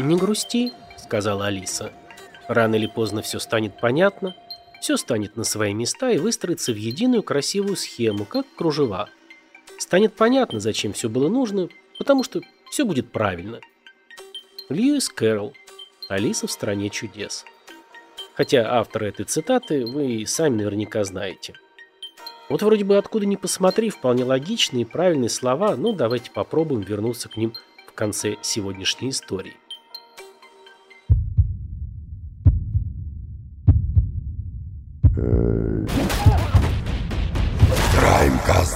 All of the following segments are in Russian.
«Не грусти», — сказала Алиса. «Рано или поздно все станет понятно, все станет на свои места и выстроится в единую красивую схему, как кружева. Станет понятно, зачем все было нужно, потому что все будет правильно». Льюис Кэрролл. «Алиса в стране чудес». Хотя автора этой цитаты вы и сами наверняка знаете. Вот вроде бы откуда ни посмотри, вполне логичные и правильные слова, но давайте попробуем вернуться к ним в конце сегодняшней истории. Краймкаст.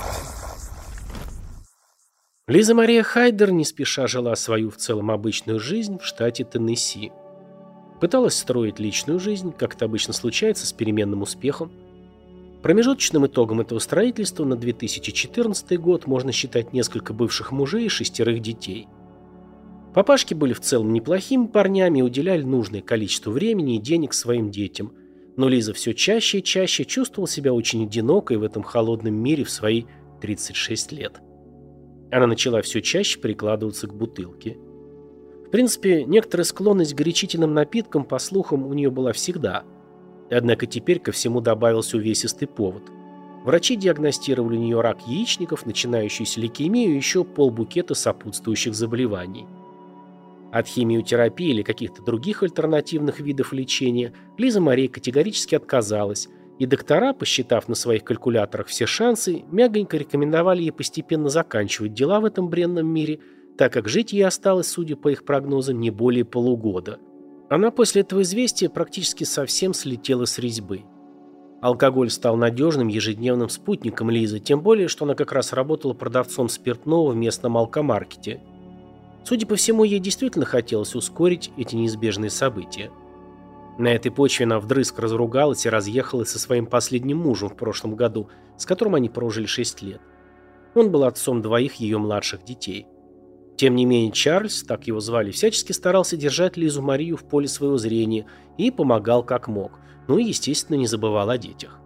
Лиза Мария Хайдер не спеша жила свою в целом обычную жизнь в штате Теннесси. Пыталась строить личную жизнь, как это обычно случается, с переменным успехом. Промежуточным итогом этого строительства на 2014 год можно считать несколько бывших мужей и 6 детей. Папашки были в целом неплохими парнями и уделяли нужное количество времени и денег своим детям, но Лиза все чаще и чаще чувствовала себя очень одинокой в этом холодном мире в свои 36 лет. Она начала все чаще прикладываться к бутылке. В принципе, некоторая склонность к горячительным напиткам, по слухам, у нее была всегда. Однако теперь ко всему добавился увесистый повод. Врачи диагностировали у нее рак яичников, начинающуюся лейкемию и еще полбукета сопутствующих заболеваний. От химиотерапии или каких-то других альтернативных видов лечения Лиза Мария категорически отказалась, и доктора, посчитав на своих калькуляторах все шансы, мягонько рекомендовали ей постепенно заканчивать дела в этом бренном мире, так как жить ей осталось, судя по их прогнозам, не более полугода. Она после этого известия практически совсем слетела с резьбы. Алкоголь стал надежным ежедневным спутником Лизы, тем более, что она как раз работала продавцом спиртного в местном алкомаркете. Судя по всему, ей действительно хотелось ускорить эти неизбежные события. На этой почве она вдрызг разругалась и разъехалась со своим последним мужем в прошлом году, с которым они прожили 6 лет. Он был отцом 2 ее младших детей. Тем не менее, Чарльз, так его звали, всячески старался держать Лизу Марию в поле своего зрения и помогал как мог, но и, естественно, не забывал о детях.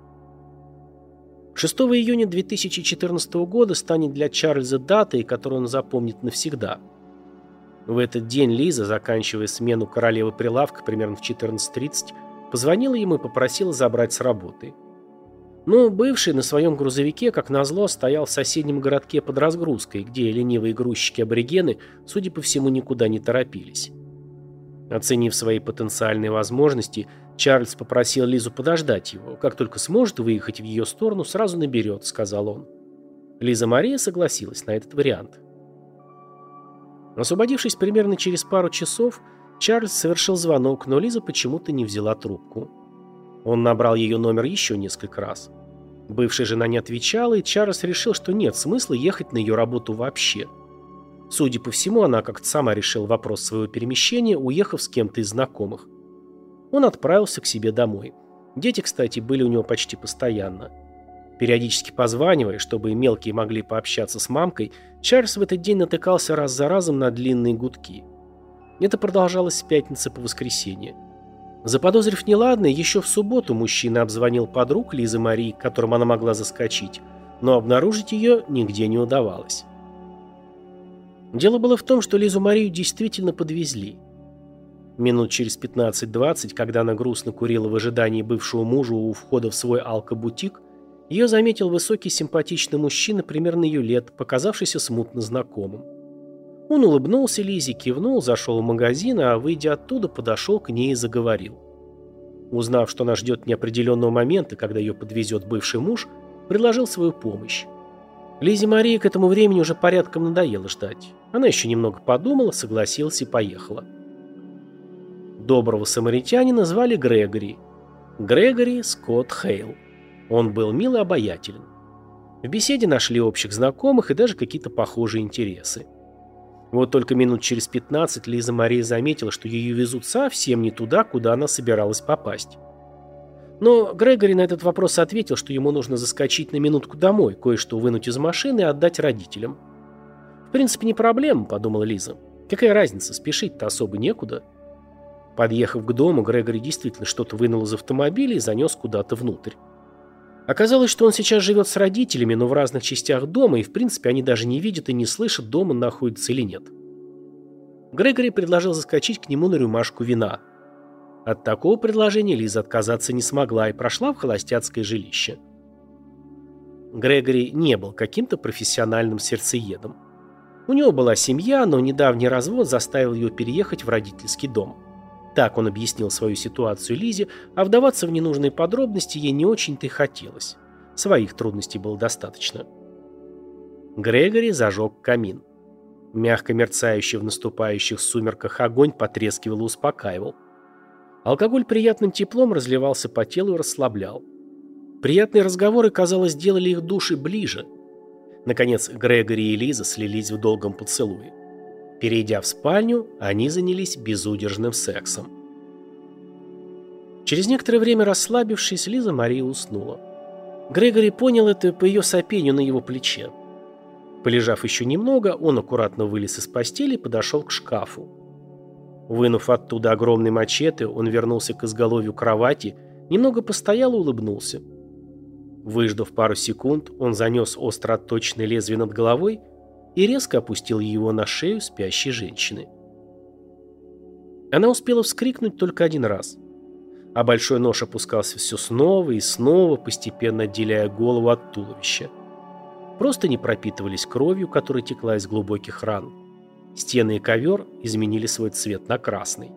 6 июня 2014 года станет для Чарльза датой, которую он запомнит навсегда. В этот день Лиза, заканчивая смену королевы прилавка примерно в 14:30, позвонила ему и попросила забрать с работы. Но бывший на своем грузовике, как назло, стоял в соседнем городке под разгрузкой, где ленивые грузчики-аборигены, судя по всему, никуда не торопились. Оценив свои потенциальные возможности, Чарльз попросил Лизу подождать его. Как только сможет выехать в ее сторону, сразу наберет, сказал он. Лиза Мария согласилась на этот вариант. Освободившись примерно через пару часов, Чарльз совершил звонок, но Лиза почему-то не взяла трубку. Он набрал ее номер еще несколько раз. Бывшая жена не отвечала, и Чарльз решил, что нет смысла ехать на ее работу вообще. Судя по всему, она как-то сама решила вопрос своего перемещения, уехав с кем-то из знакомых. Он отправился к себе домой. Дети, кстати, были у него почти постоянно. Периодически позванивая, чтобы мелкие могли пообщаться с мамкой, Чарльз в этот день натыкался раз за разом на длинные гудки. Это продолжалось с пятницы по воскресенье. Заподозрив неладное, еще в субботу мужчина обзвонил подруг Лизы Марии, к которым она могла заскочить, но обнаружить ее нигде не удавалось. Дело было в том, что Лизу Марию действительно подвезли. Минут через 15-20, когда она грустно курила в ожидании бывшего мужа у входа в свой алкобутик, ее заметил высокий симпатичный мужчина примерно ее лет, показавшийся смутно знакомым. Он улыбнулся Лизе, кивнул, зашел в магазин, а, выйдя оттуда, подошел к ней и заговорил. Узнав, что она ждет неопределенного момента, когда ее подвезет бывший муж, предложил свою помощь. Лизе Марии к этому времени уже порядком надоело ждать. Она еще немного подумала, согласилась и поехала. Доброго самаритянина звали Грегори. Грегори Скотт Хейл. Он был мил и обаятелен. В беседе нашли общих знакомых и даже какие-то похожие интересы. Вот только минут через 15 Лиза Мария заметила, что ее везут совсем не туда, куда она собиралась попасть. Но Грегори на этот вопрос ответил, что ему нужно заскочить на минутку домой, кое-что вынуть из машины и отдать родителям. «В принципе, не проблема», — подумала Лиза. «Какая разница, спешить-то особо некуда». Подъехав к дому, Грегори действительно что-то вынул из автомобиля и занес куда-то внутрь. Оказалось, что он сейчас живет с родителями, но в разных частях дома, и в принципе они даже не видят и не слышат, дома он находится или нет. Грегори предложил заскочить к нему на рюмашку вина. От такого предложения Лиза отказаться не смогла и прошла в холостяцкое жилище. Грегори не был каким-то профессиональным сердцеедом. У него была семья, но недавний развод заставил ее переехать в родительский дом. Так он объяснил свою ситуацию Лизе, а вдаваться в ненужные подробности ей не очень-то и хотелось. Своих трудностей было достаточно. Грегори зажег камин. Мягко мерцающий в наступающих сумерках огонь потрескивал и успокаивал. Алкоголь приятным теплом разливался по телу и расслаблял. Приятные разговоры, казалось, делали их души ближе. Наконец, Грегори и Лиза слились в долгом поцелуе. Перейдя в спальню, они занялись безудержным сексом. Через некоторое время, расслабившись, Лиза Мария уснула. Грегори понял это по ее сопению на его плече. Полежав еще немного, он аккуратно вылез из постели и подошел к шкафу. Вынув оттуда огромный мачете, он вернулся к изголовью кровати, немного постоял и улыбнулся. Выждав пару секунд, он занес остро отточенное лезвие над головой и резко опустил его на шею спящей женщины. Она успела вскрикнуть только один раз, а большой нож опускался все снова и снова, постепенно отделяя голову от туловища. Просто не пропитывались кровью, которая текла из глубоких ран. Стены и ковер изменили свой цвет на красный.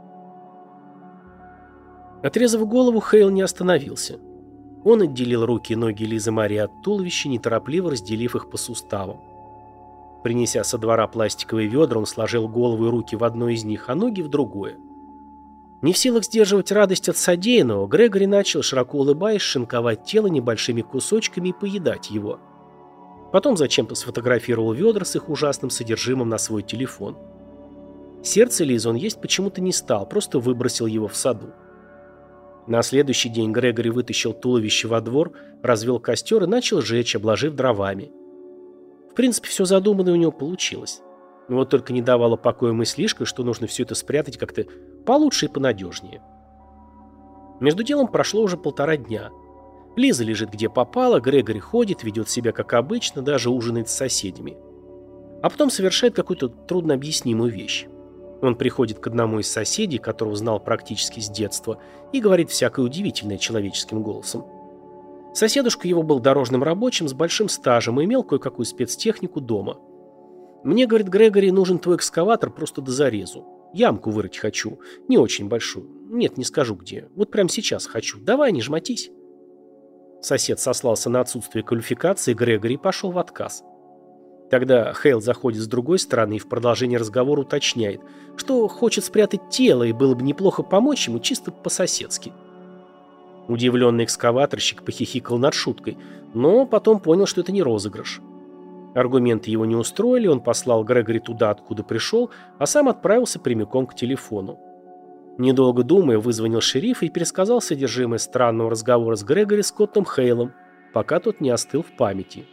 Отрезав голову, Хейл не остановился. Он отделил руки и ноги Лизы Марии от туловища, неторопливо разделив их по суставам. Принеся со двора пластиковые ведра, он сложил голову и руки в одно из них, а ноги в другое. Не в силах сдерживать радость от содеянного, Грегори начал, широко улыбаясь, шинковать тело небольшими кусочками и поедать его. Потом зачем-то сфотографировал ведра с их ужасным содержимым на свой телефон. Сердце Лизы он есть почему-то не стал, просто выбросил его в саду. На следующий день Грегори вытащил туловище во двор, развел костер и начал жечь, обложив дровами. В принципе, все задуманное у него получилось. Вот только не давало покоя мыслишка, что нужно все это спрятать как-то получше и понадежнее. Между делом прошло уже 1,5 дня. Лиза лежит где попало, Грегори ходит, ведет себя как обычно, даже ужинает с соседями. А потом совершает какую-то труднообъяснимую вещь. Он приходит к одному из соседей, которого знал практически с детства, и говорит всякое удивительное человеческим голосом. Соседушка его был дорожным рабочим с большим стажем и имел кое-какую спецтехнику дома. «Мне, — говорит Грегори, — нужен твой экскаватор просто до зарезу. Ямку вырыть хочу, не очень большую. Нет, не скажу где. Вот прямо сейчас хочу. Давай, не жмотись». Сосед сослался на отсутствие квалификации Грегори и пошел в отказ. Тогда Хейл заходит с другой стороны и в продолжении разговора уточняет, что хочет спрятать тело и было бы неплохо помочь ему чисто по-соседски. Удивленный экскаваторщик похихикал над шуткой, но потом понял, что это не розыгрыш. Аргументы его не устроили, он послал Грегори туда, откуда пришел, а сам отправился прямиком к телефону. Недолго думая, вызвонил шерифа и пересказал содержимое странного разговора с Грегори Скоттом Хейлом, пока тот не остыл в памяти.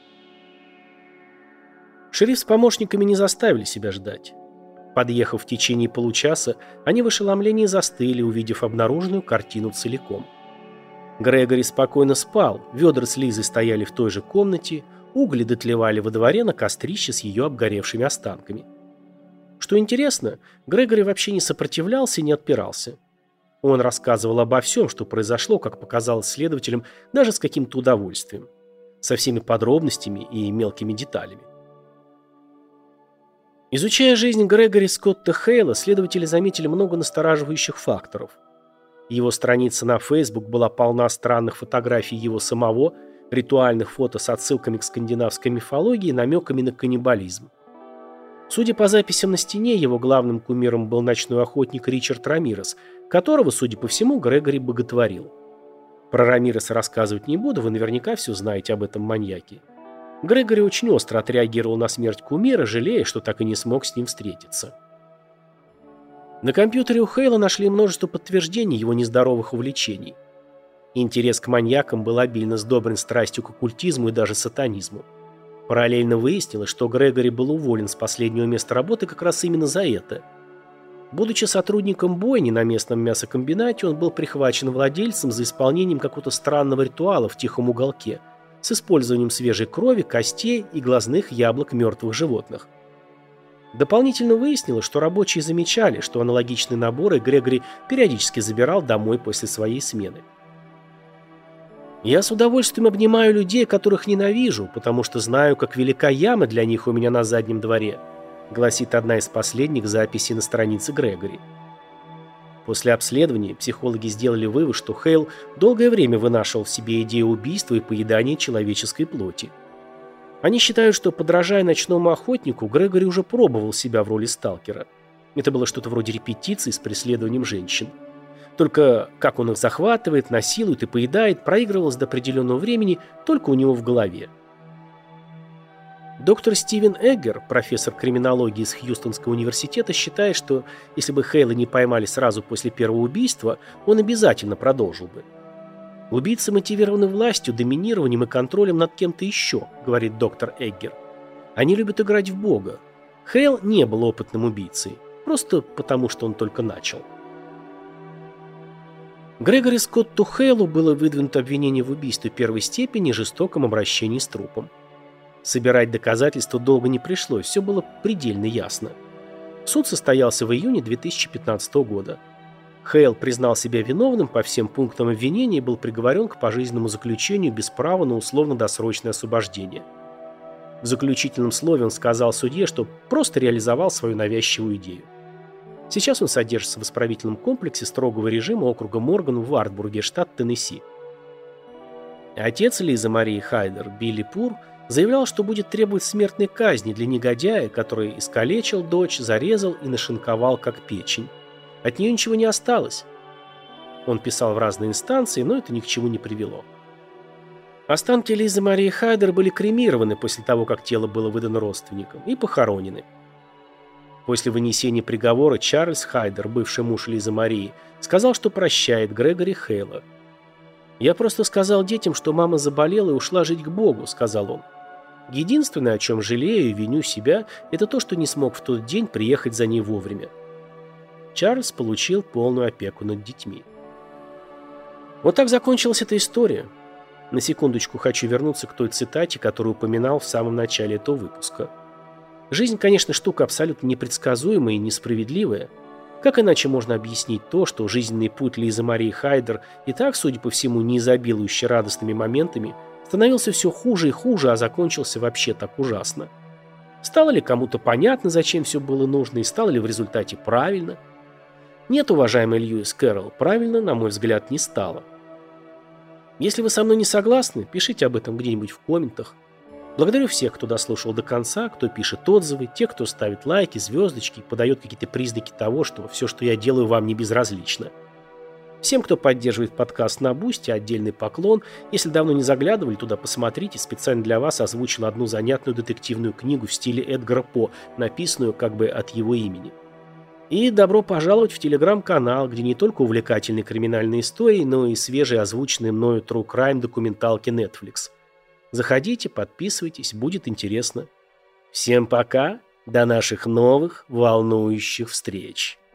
Шериф с помощниками не заставили себя ждать. Подъехав в течение получаса, они в ошеломлении застыли, увидев обнаруженную картину целиком. Грегори спокойно спал, ведра с Лизой стояли в той же комнате, угли дотлевали во дворе на кострище с ее обгоревшими останками. Что интересно, Грегори вообще не сопротивлялся и не отпирался. Он рассказывал обо всем, что произошло, как показалось следователям, даже с каким-то удовольствием. Со всеми подробностями и мелкими деталями. Изучая жизнь Грегори Скотта Хейла, следователи заметили много настораживающих факторов. Его страница на Facebook была полна странных фотографий его самого, ритуальных фото с отсылками к скандинавской мифологии и намеками на каннибализм. Судя по записям на стене, его главным кумиром был ночной охотник Ричард Рамирес, которого, судя по всему, Грегори боготворил. Про Рамиреса рассказывать не буду, вы наверняка все знаете об этом маньяке. Грегори очень остро отреагировал на смерть кумира, жалея, что так и не смог с ним встретиться. На компьютере у Хейла нашли множество подтверждений его нездоровых увлечений. Интерес к маньякам был обильно сдобрен страстью к оккультизму и даже сатанизму. Параллельно выяснилось, что Грегори был уволен с последнего места работы как раз именно за это. Будучи сотрудником бойни на местном мясокомбинате, он был прихвачен владельцем за исполнением какого-то странного ритуала в тихом уголке с использованием свежей крови, костей и глазных яблок мертвых животных. Дополнительно выяснилось, что рабочие замечали, что аналогичные наборы Грегори периодически забирал домой после своей смены. «Я с удовольствием обнимаю людей, которых ненавижу, потому что знаю, как велика яма для них у меня на заднем дворе», гласит одна из последних записей на странице Грегори. После обследования психологи сделали вывод, что Хейл долгое время вынашивал в себе идею убийства и поедания человеческой плоти. Они считают, что, подражая ночному охотнику, Грегори уже пробовал себя в роли сталкера. Это было что-то вроде репетиции с преследованием женщин. Только как он их захватывает, насилует и поедает, проигрывалось до определенного времени только у него в голове. Доктор Стивен Эггер, профессор криминологии из Хьюстонского университета, считает, что если бы Хейла не поймали сразу после первого убийства, он обязательно продолжил бы. «Убийцы мотивированы властью, доминированием и контролем над кем-то еще», говорит доктор Эггер. «Они любят играть в Бога. Хейл не был опытным убийцей, просто потому что он только начал». Грегори Скотту Хейлу было выдвинуто обвинение в убийстве первой степени и жестоком обращении с трупом. Собирать доказательства долго не пришлось, все было предельно ясно. Суд состоялся в июне 2015 года. Хейл признал себя виновным по всем пунктам обвинения и был приговорен к пожизненному заключению без права на условно-досрочное освобождение. В заключительном слове он сказал судье, что просто реализовал свою навязчивую идею. Сейчас он содержится в исправительном комплексе строгого режима округа Морган в Вартбурге, штат Теннесси. Отец Лизы Марии Хайдер, Билли Пур, заявлял, что будет требовать смертной казни для негодяя, который искалечил дочь, зарезал и нашинковал как печень. От нее ничего не осталось. Он писал в разные инстанции, но это ни к чему не привело. Останки Лизы Марии Хайдер были кремированы после того, как тело было выдано родственникам, и похоронены. После вынесения приговора Чарльз Хайдер, бывший муж Лизы Марии, сказал, что прощает Грегори Хейла. «Я просто сказал детям, что мама заболела и ушла жить к Богу», — сказал он. «Единственное, о чем жалею и виню себя, это то, что не смог в тот день приехать за ней вовремя». Чарльз получил полную опеку над детьми. Вот так закончилась эта история. На секундочку хочу вернуться к той цитате, которую упоминал в самом начале этого выпуска. Жизнь, конечно, штука абсолютно непредсказуемая и несправедливая. Как иначе можно объяснить то, что жизненный путь Лизы Марии Хайдер, и так, судя по всему, не изобилующий радостными моментами, становился все хуже и хуже, а закончился вообще так ужасно? Стало ли кому-то понятно, зачем все было нужно, и стало ли в результате правильно? Нет, уважаемый Льюис Кэрролл, правильно, на мой взгляд, не стало. Если вы со мной не согласны, пишите об этом где-нибудь в комментах. Благодарю всех, кто дослушал до конца, кто пишет отзывы, тех, кто ставит лайки, звездочки, подает какие-то признаки того, что все, что я делаю, вам не безразлично. Всем, кто поддерживает подкаст на Бусти, отдельный поклон. Если давно не заглядывали туда, посмотрите. Специально для вас озвучил одну занятную детективную книгу в стиле Эдгара По, написанную как бы от его имени. И добро пожаловать в телеграм-канал, где не только увлекательные криминальные истории, но и свежие озвученные мною True Crime документалки Netflix. Заходите, подписывайтесь, будет интересно. Всем пока, до наших новых волнующих встреч.